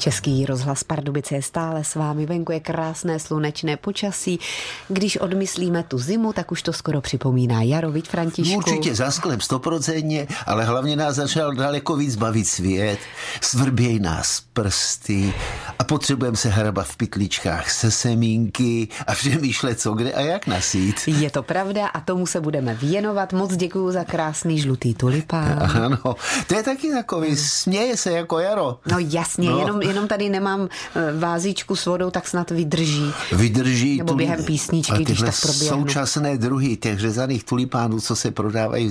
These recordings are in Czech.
Český rozhlas Pardubice je stále s vámi, venku je krásné slunečné počasí. Když odmyslíme tu zimu, tak už to skoro připomíná jaro, viď Františku? Určitě za sklem 100%, ale hlavně nás začal daleko víc bavit svět, svrběj nás prsty a potřebujeme se hrabat v pytličkách se semínky a přemýšlet, co kde a jak nasít. Je to pravda a tomu se budeme věnovat. Moc děkuju za krásný žlutý tulipán. Ano, to je taky takový, směje se jako jaro. No jasně, no. Jenom tady nemám vázičku s vodou, tak snad vydrží. Vydrží. Nebo během písničky, když tak proběhnu. Současné druhy těch řezaných tulipánů, co se prodávají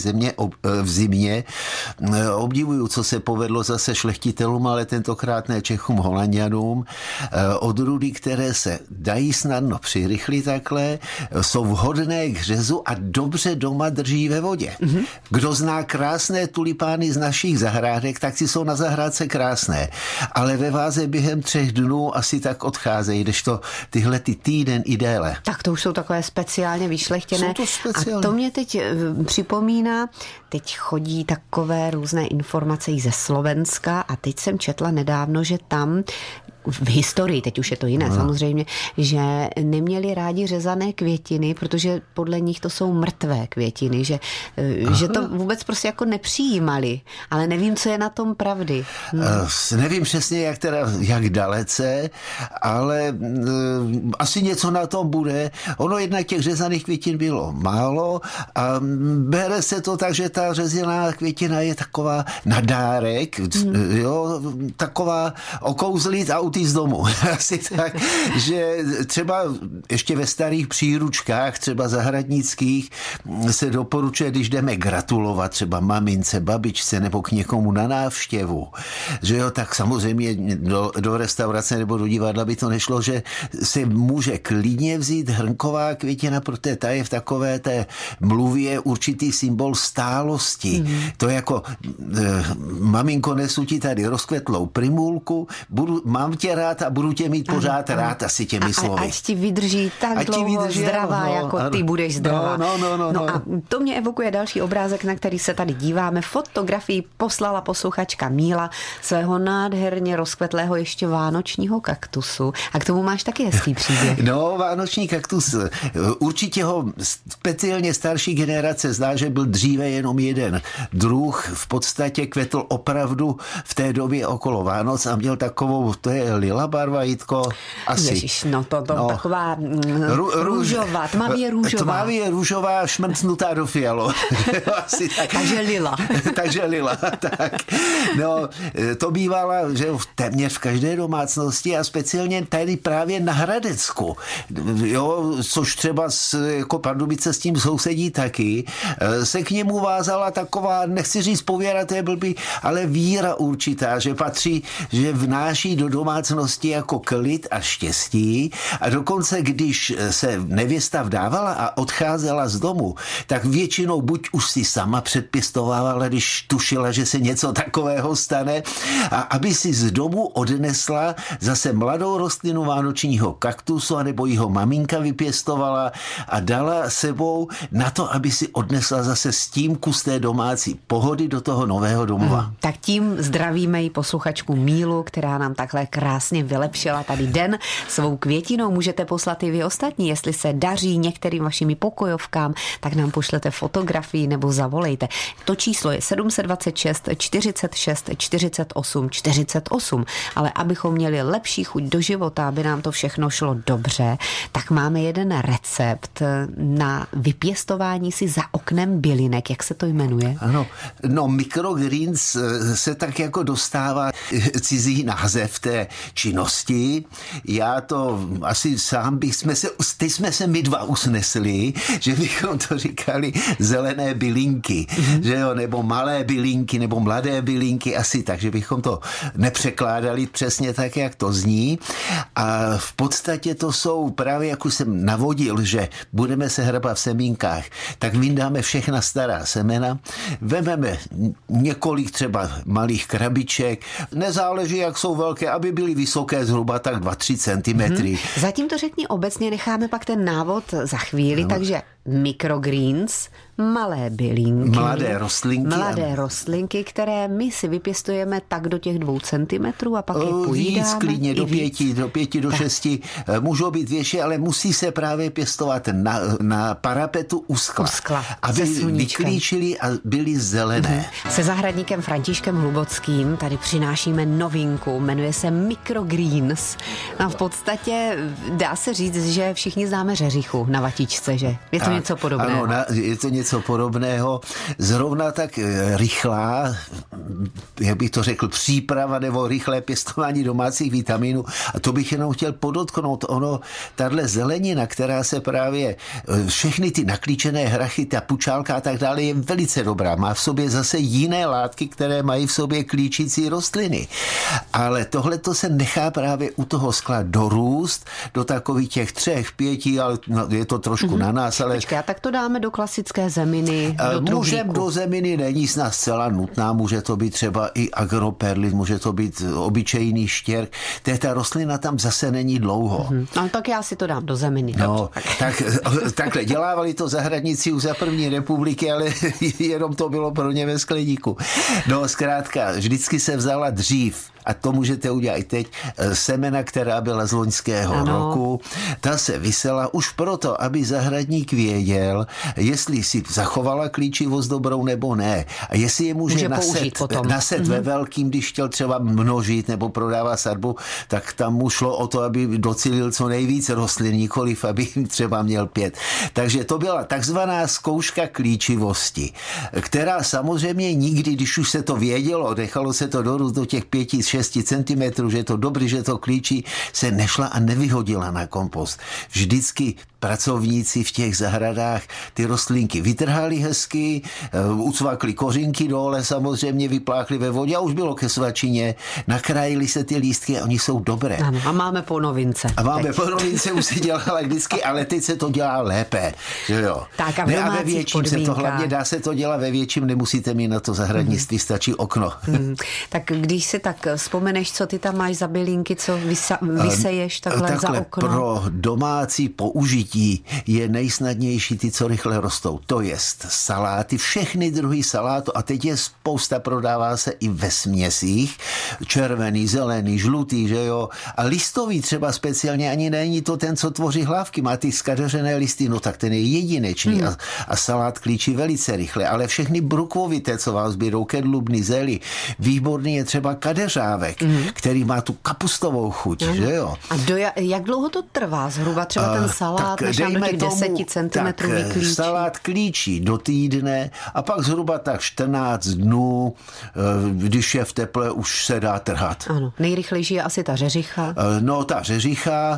v zimě, obdivuju, co se povedlo zase šlechtitelům, ale tentokrát ne Čechům, Holanďanům. Odrůdy, které se dají snadno přirychlit takhle, jsou vhodné k řezu a dobře doma drží ve vodě. Mm-hmm. Kdo zná krásné tulipány z našich zahrádek, tak si jsou na zahrádce krásné, ale ve váze během 3 dnů asi tak odcházejí, kdežto tyhle týden i déle. Tak to už jsou takové speciálně vyšlechtěné. Jsou to speciálně. A to mě teď připomíná, teď chodí takové různé informace i ze Slovenska a teď jsem četla nedávno, že tam v historii, teď už je to jiné samozřejmě, že neměli rádi řezané květiny, protože podle nich to jsou mrtvé květiny, že to vůbec prostě jako nepřijímali, ale nevím, co je na tom pravdy. Nevím přesně, jak dalece, ale asi něco na tom bude. Ono jednak těch řezaných květin bylo málo a bere se to tak, že ta řezaná květina je taková na dárek, jo, taková okouzlit a z domu. Asi tak, že třeba ještě ve starých příručkách, třeba zahradnických, se doporučuje, když jdeme gratulovat třeba mamince, babičce nebo k někomu na návštěvu, že jo, tak samozřejmě do restaurace nebo do divadla by to nešlo, že se může klidně vzít hrnková květina, protože ta je v takové té mluvě určitý symbol stálosti. To je jako maminko, nesu ti tady rozkvetlou primulku, mám tě rád a budu tě mít pořád rád asi těmi slovy. Ať ti vydrží tak dlouho zdravá, jako ty budeš zdravá. No a to mě evokuje další obrázek, na který se tady díváme. Fotografii poslala posluchačka Míla svého nádherně rozkvetlého ještě vánočního kaktusu. A k tomu máš taky hezký příběh. No, vánoční kaktus. Určitě ho speciálně starší generace zná, že byl dříve jenom jeden druh. V podstatě kvetl opravdu v té době okolo Vánoc a měl takovou, to je lila barva, Jitko? Asi. Ježiš, taková růžová, tmavě růžová. Tmavě růžová, šmrcnutá do fialo. Asi tak. Takže lila. Tak. No, to bývala, že téměř v každé domácnosti a speciálně tady právě na Hradecku. Jo, což třeba jako Pardubice s tím sousedí taky. Se k němu vázala taková, nechci říct pověra, to je blbý, ale víra určitá, že patří, že vnáší do domácnosti jako klid a štěstí a dokonce, když se nevěsta vdávala a odcházela z domu, tak většinou buď už si sama předpěstovávala, když tušila, že se něco takového stane a aby si z domu odnesla zase mladou rostlinu vánočního kaktusu anebo jeho maminka vypěstovala a dala sebou na to, aby si odnesla zase s tím kus té domácí pohody do toho nového domova. Tak tím zdravíme i posluchačku Mílu, která nám takhle krásně vylepšila tady den svou květinou. Můžete poslat i vy ostatní, jestli se daří některým vašimi pokojovkám, tak nám pošlete fotografii nebo zavolejte. To číslo je 726 46 48 48, ale abychom měli lepší chuť do života, aby nám to všechno šlo dobře, tak máme jeden recept na vypěstování si za oknem bylinek. Jak se to jmenuje? Ano, no microgreens se tak jako dostává cizí název té činnosti. Já to asi sám teď jsme se my dva usnesli, že bychom to říkali zelené bylinky, že jo, nebo malé bylinky, nebo mladé bylinky, asi tak, že bychom to nepřekládali přesně tak, jak to zní. A v podstatě to jsou právě, jak už jsem navodil, že budeme se hrabat v semínkách, tak vyndáme všechna stará semena, vememe několik třeba malých krabiček, nezáleží, jak jsou velké, aby byly vysoké zhruba tak 2-3 centimetry. Zatím to řekni obecně, necháme pak ten návod za chvíli, takže microgreens, malé bylinky. Mladé rostlinky, které my si vypěstujeme tak do těch 2 centimetrů a pak je pojídáme. Víc klidně, do 5, do 6. Můžou být větší, ale musí se právě pěstovat na parapetu u skla. Aby vyklíčili a byly zelené. Se zahradníkem Františkem Hlubockým tady přinášíme novinku, jmenuje se Microgreens. A v podstatě dá se říct, že všichni známe řeřichu na vatičce, že? Je to něco podobného. Ano, je to něco podobného. Zrovna tak rychlá, jak bych to řekl, příprava nebo rychlé pěstování domácích vitaminů. A to bych jenom chtěl podotknout. Tahle zelenina, která se právě všechny ty naklíčené hrachy, ta pučálka a tak dále, je velice dobrá. Má v sobě zase jiné látky, které mají v sobě klíčící rostliny. Ale tohle to se nechá právě u toho skla dorůst do takových těch 3, 5, ale je to trošku na nás. Ale... Počkej, a tak to dáme do klasické zeminy, Můžeme do zeminy, není snad zcela nutná, může to být třeba i agroperlit, může to být obyčejný štěrk. Ta rostlina tam zase není dlouho. No tak já si to dám do zeminy. No, takhle dělávali to zahradníci už za první republiky, ale jenom to bylo pro ně ve skleníku. No zkrátka, vždycky se vzala dřív, a to můžete udělat i teď, semena, která byla z loňského roku, ta se vysela už proto, aby zahradník věděl, jestli si zachovala klíčivost dobrou nebo ne. A jestli je může naset ve velkým, když chtěl třeba množit nebo prodávat sadbu, tak tam mu šlo o to, aby docílil co nejvíc rostlin, nikoliv, aby třeba měl 5. Takže to byla takzvaná zkouška klíčivosti, která samozřejmě nikdy, když už se to vědělo, nechalo se to dorůst do těch 5-6 centimetrů, že je to dobrý, že to klíčí, se nešla a nevyhodila na kompost. Vždycky pracovníci v těch zahradách ty rostlinky vytrhali hezky, ucvakli kořínky dole, samozřejmě vypláchli ve vodě a už bylo ke svačině, nakrájili se ty lístky a oni jsou dobré. Ano, a máme po novince. Po novince už se dělala vždycky, ale teď se to dělá lépe. Že jo? Tak a v domácích ve větším se to hlavně dá se to dělat ve větším, nemusíte mít na to zahradnictví, stačí okno. Tak když si tak vzpomeneš, co ty tam máš za bylinky, co vyseješ takhle za okno? Pro domácí použití je nejsnadnější ty, co rychle rostou. To jest saláty, všechny druhy salátu a teď je spousta, prodává se i ve směsích. Červený, zelený, žlutý, že jo. A listový třeba speciálně ani není to ten, co tvoří hlávky. Má ty skadeřené listy, no tak ten je jedinečný a salát klíčí velice rychle. Ale všechny brukvovité, co vám zběrou, kedlubny, zely. Výborný je třeba kadeřávek, který má tu kapustovou chuť, že jo. A jak dlouho to trvá zhruba třeba ten salát, než nám do těch 10 centimetrů vyklíčí? Salát klíčí do týdne a pak zhruba tak 14 dnů, když je v teple, už se dá trhat. Ano, nejrychlejší je asi ta řeřicha. No, ta řeřicha,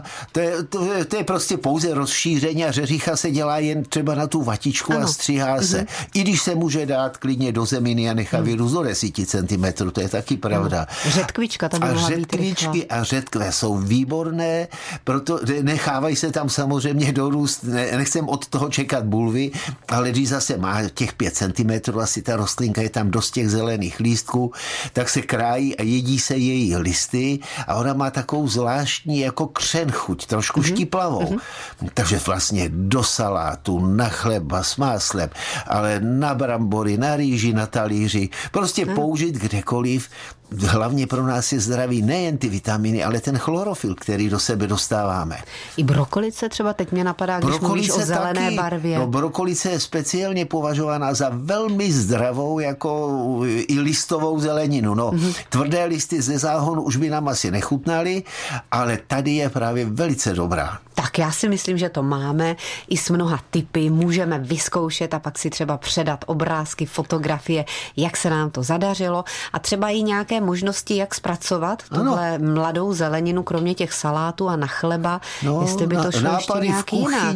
to je prostě pouze rozšíření a řeřicha se dělá jen třeba na tu vatičku a stříhá se. I když se může dát klidně do zeminy a nechá vyrůst do 10 centimetrů, to je taky pravda. Řetkvička, ta by mohla být rychlá. Řetkvičky a řetkve jsou výborné, proto nechávají se tam samozřejmě dorůst, nechcem od toho čekat bulvy, ale když zase má těch 5 cm, asi ta rostlinka je tam dost těch zelených lístků, tak se krájí a jedí se její listy a ona má takovou zvláštní jako křen chuť, trošku štiplavou. Takže vlastně do salátu, na chleba s máslem, ale na brambory, na rýži, na talíři, prostě použít kdekoliv. Hlavně pro nás je zdravý nejen ty vitaminy, ale ten chlorofyl, který do sebe dostáváme. I brokolice třeba teď mě napadá, když mluvíš o zelené barvě. No, brokolice je speciálně považovaná za velmi zdravou jako i listovou zeleninu. No, tvrdé listy ze záhonu už by nám asi nechutnaly, ale tady je právě velice dobrá. Tak já si myslím, že to máme i s mnoha tipy, můžeme vyzkoušet a pak si třeba předat obrázky, fotografie, jak se nám to zadařilo a třeba i nějaké možnosti, jak zpracovat tuhle mladou zeleninu, kromě těch salátů a na chleba, jestli by to šlo ještě nějak jinak.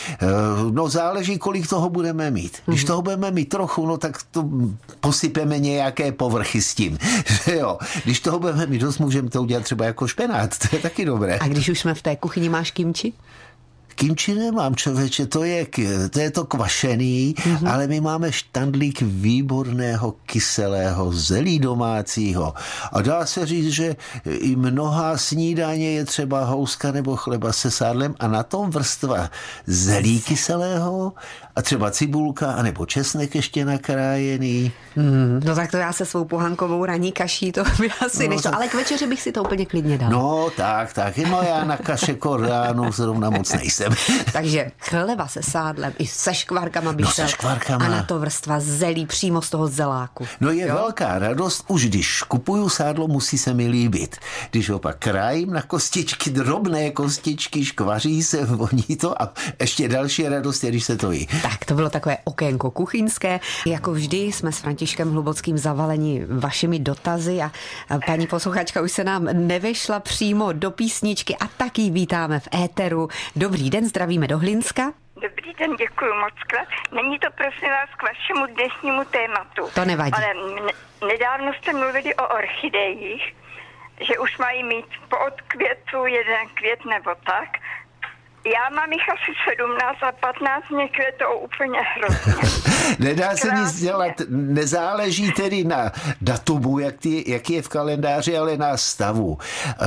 No záleží, kolik toho budeme mít. Když toho budeme mít trochu, no tak to posypeme nějaké povrchy s tím. Jo. Když toho budeme mít dost, můžeme to udělat třeba jako špenát, to je taky dobré. A když už jsme v té kuchyni, máš kimči? kimči nemám, člověče, to je to kvašený, ale my máme štandlík výborného kyselého zelí domácího. A dá se říct, že i mnohá snídaně je třeba houska nebo chleba se sádlem a na tom vrstva zelí kyselého a třeba cibulka, anebo česnek ještě nakrájený. No tak to já se svou pohankovou ranní kaší, to by asi nešlo, ale k večeři bych si to úplně klidně dal. No tak, no já na kaše koránu zrovna moc nejsem. Takže chleba se sádlem i se škvárkama by šel. škvárkama. A na to vrstva zelí přímo z toho zeláku. No je velká radost, už když kupuju sádlo, musí se mi líbit. Když ho pak krájím na kostičky, drobné kostičky, škvaří se, voní to a ještě další radost je, když se to jí. Tak, to bylo takové okénko kuchyňské. Jako vždy jsme s Františkem Hlubockým zavaleni vašimi dotazy a paní posluchačka už se nám nevešla přímo do písničky a taky vítáme v éteru. Dobrý den, zdravíme do Hlinska. Dobrý den, děkuji moc krát. Není to prosím vás k vašemu dnešnímu tématu. To nevadí. Ale nedávno jste mluvili o orchidejích, že už mají mít po odkvětu 1 květ nebo tak. Já mám jich asi 17 a 15 mě květou úplně hrozně. Nedá se nic dělat, nezáleží tedy na datumu, jaký je v kalendáři, ale na stavu.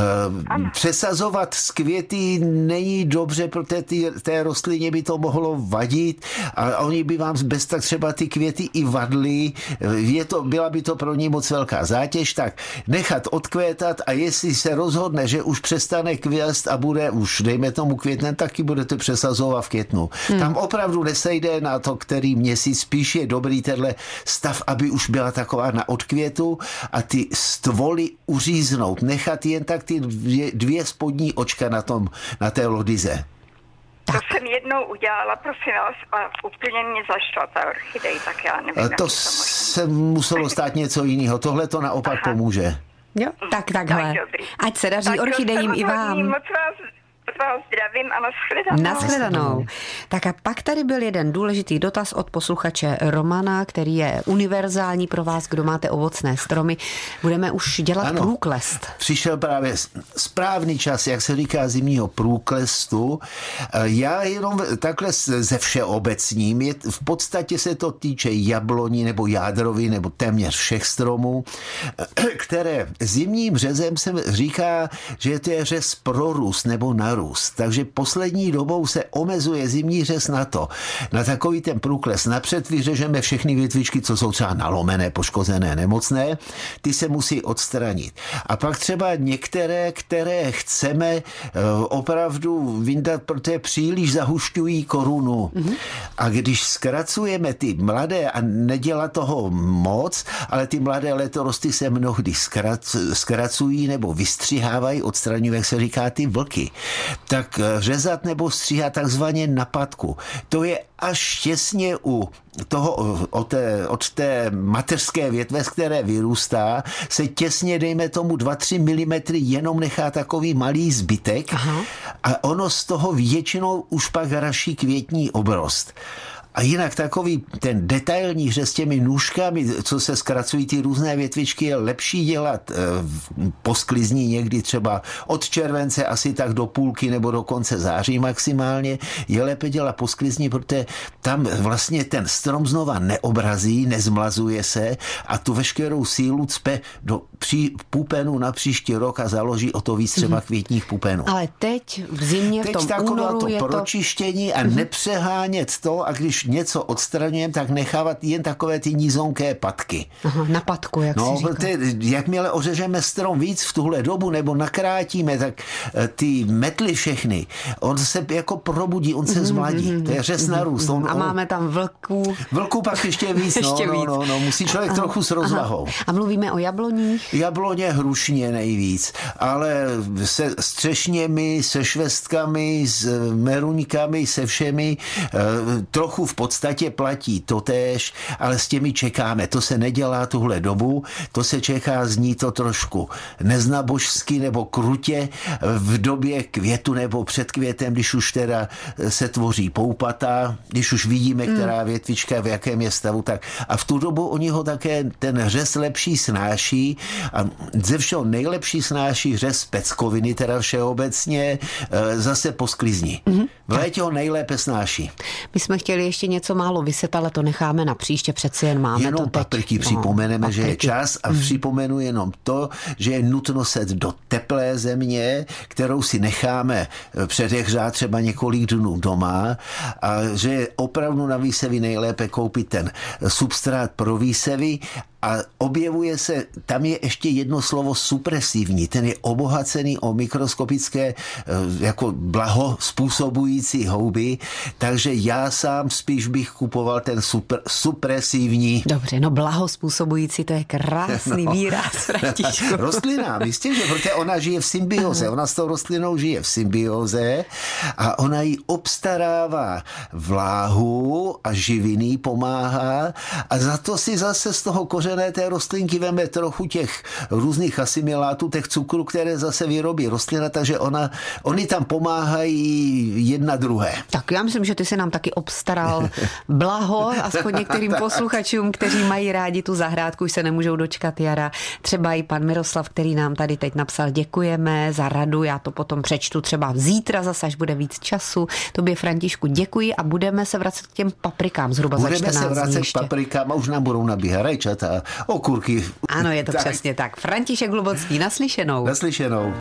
Přesazovat z květy není dobře, protože té rostlině by to mohlo vadit a oni by vám bez tak třeba ty květy i vadly. Byla by to pro ní moc velká zátěž, tak nechat odkvétat a jestli se rozhodne, že už přestane kvěst a bude už, dejme tomu květnem, taky budete přesazovat v květnu. Tam opravdu nesejde na to, který měsíc, spíš je dobrý tenhle stav, aby už byla taková na odkvětu a ty stvoly uříznout. Nechat jen tak ty dvě spodní očka na té lodyze. To jsem jednou udělala, prosím vás, a úplně mě zašla ta orchidej, tak já nevím. To se muselo stát něco jiného. Tohle to naopak pomůže. Jo, takhle. Ať se daří orchidejím i vám. Moc vás zdravím a nashledanou. Nashledanou. Tak a pak tady byl jeden důležitý dotaz od posluchače Romana, který je univerzální pro vás, kdo máte ovocné stromy. Budeme už dělat průklest. Přišel právě správný čas, jak se říká, zimního průklestu. Já jenom takhle ze všeobecním, v podstatě se to týče jabloní nebo jádrovy nebo téměř všech stromů, které zimním řezem se říká, že to je řez pro růst nebo na růst. Takže poslední dobou se omezuje zimní řez na takový ten průkles. Napřed vyřežeme všechny větvičky, co jsou třeba nalomené, poškozené, nemocné, ty se musí odstranit. A pak třeba některé, které chceme opravdu vyndat, protože příliš zahušťují korunu. A když zkracujeme ty mladé a nedělá toho moc, ale ty mladé letorosty se mnohdy zkracují nebo vystřihávají, odstraňují, jak se říká, ty vlky, tak řezat nebo stříhat takzvaně na patku. To je až těsně od té mateřské větve, z které vyrůstá, se těsně, dejme tomu 2-3 mm jenom nechá takový malý zbytek. Aha. A ono z toho většinou už pak raší květní obrost. A jinak takový ten detailní řez s těmi nůžkami, co se zkracují ty různé větvičky, je lepší dělat po sklizni někdy třeba od července asi tak do půlky nebo do konce září maximálně. Je lépe dělat po sklizni, protože tam vlastně ten strom znova neobrazí, nezmlazuje se a tu veškerou sílu cpe do pupenu na příští rok a založí o to víc třeba květních pupenů. Ale teď v zimě v tom únoru je to pročištění a nepřehánět to a když něco odstraňujeme, tak nechávat jen takové ty nízonké patky. Aha, na patku, jak si říká. Jakmile ořežeme strom víc v tuhle dobu nebo nakrátíme, tak ty metly všechny, on se jako probudí, on se zmladí. To je řez na růst. A máme tam vlků. Vlků pak ještě víc. Musí člověk trochu s rozvahou. A mluvíme o jabloních? Jabloně, hrušně nejvíc, ale se střešněmi, se švestkami, s meruňkami, se všemi, trochu v podstatě platí totéž, ale s těmi čekáme. To se nedělá tuhle dobu, to se čeká, zní to trošku neznabožsky nebo krutě v době květu nebo před květem, když už teda se tvoří poupata, když už vidíme, která větvička v jakém je stavu, tak a v tu dobu oni ho také ten řez lepší snáší a ze všeho nejlepší snáší řez peckoviny, teda všeobecně, zase po sklizni. V létě ho nejlépe snáší. My jsme chtěli ještě něco málo vyset, ale to necháme na příště, přeci jen máme jenom to teď. Papriky připomeneme, papriky. Že je čas a připomenu jenom to, že je nutno set do teplé země, kterou si necháme předehřát třeba několik dnů doma a že je opravdu na výsevy nejlépe koupit ten substrát pro výsevy a objevuje se, tam je ještě jedno slovo supresivní, ten je obohacený o mikroskopické jako blaho způsobující houby, takže já sám spíš bych kupoval ten supresivní. Dobře, no blaho způsobující, to je krásný výraz, Františku. Rostlina, jistě, že protože ona žije v symbioze, ona s tou rostlinou žije v symbioze a ona jí obstarává vláhu a živiny pomáhá a za to si zase z toho kořené té rostlinky veme trochu těch různých asimilátů, těch cukrů, které zase vyrobí rostlina, takže oni tam pomáhají jedna druhé. Tak já myslím, že ty se nám taky obstaral blaho, aspoň některým posluchačům, kteří mají rádi tu zahrádku, už se nemůžou dočkat jara. Třeba i pan Miroslav, který nám tady teď napsal, děkujeme za radu, já to potom přečtu třeba zítra zase, až bude víc času. Tobě, Františku, děkuji a budeme se vracet k těm paprikám zhruba za 14 dní. Budeme se vracet k paprikám a už nám budou nabíhat rajčata, okurky. Ano, je to přesně tak. František Hlubocký, naslyšenou. Naslyšenou.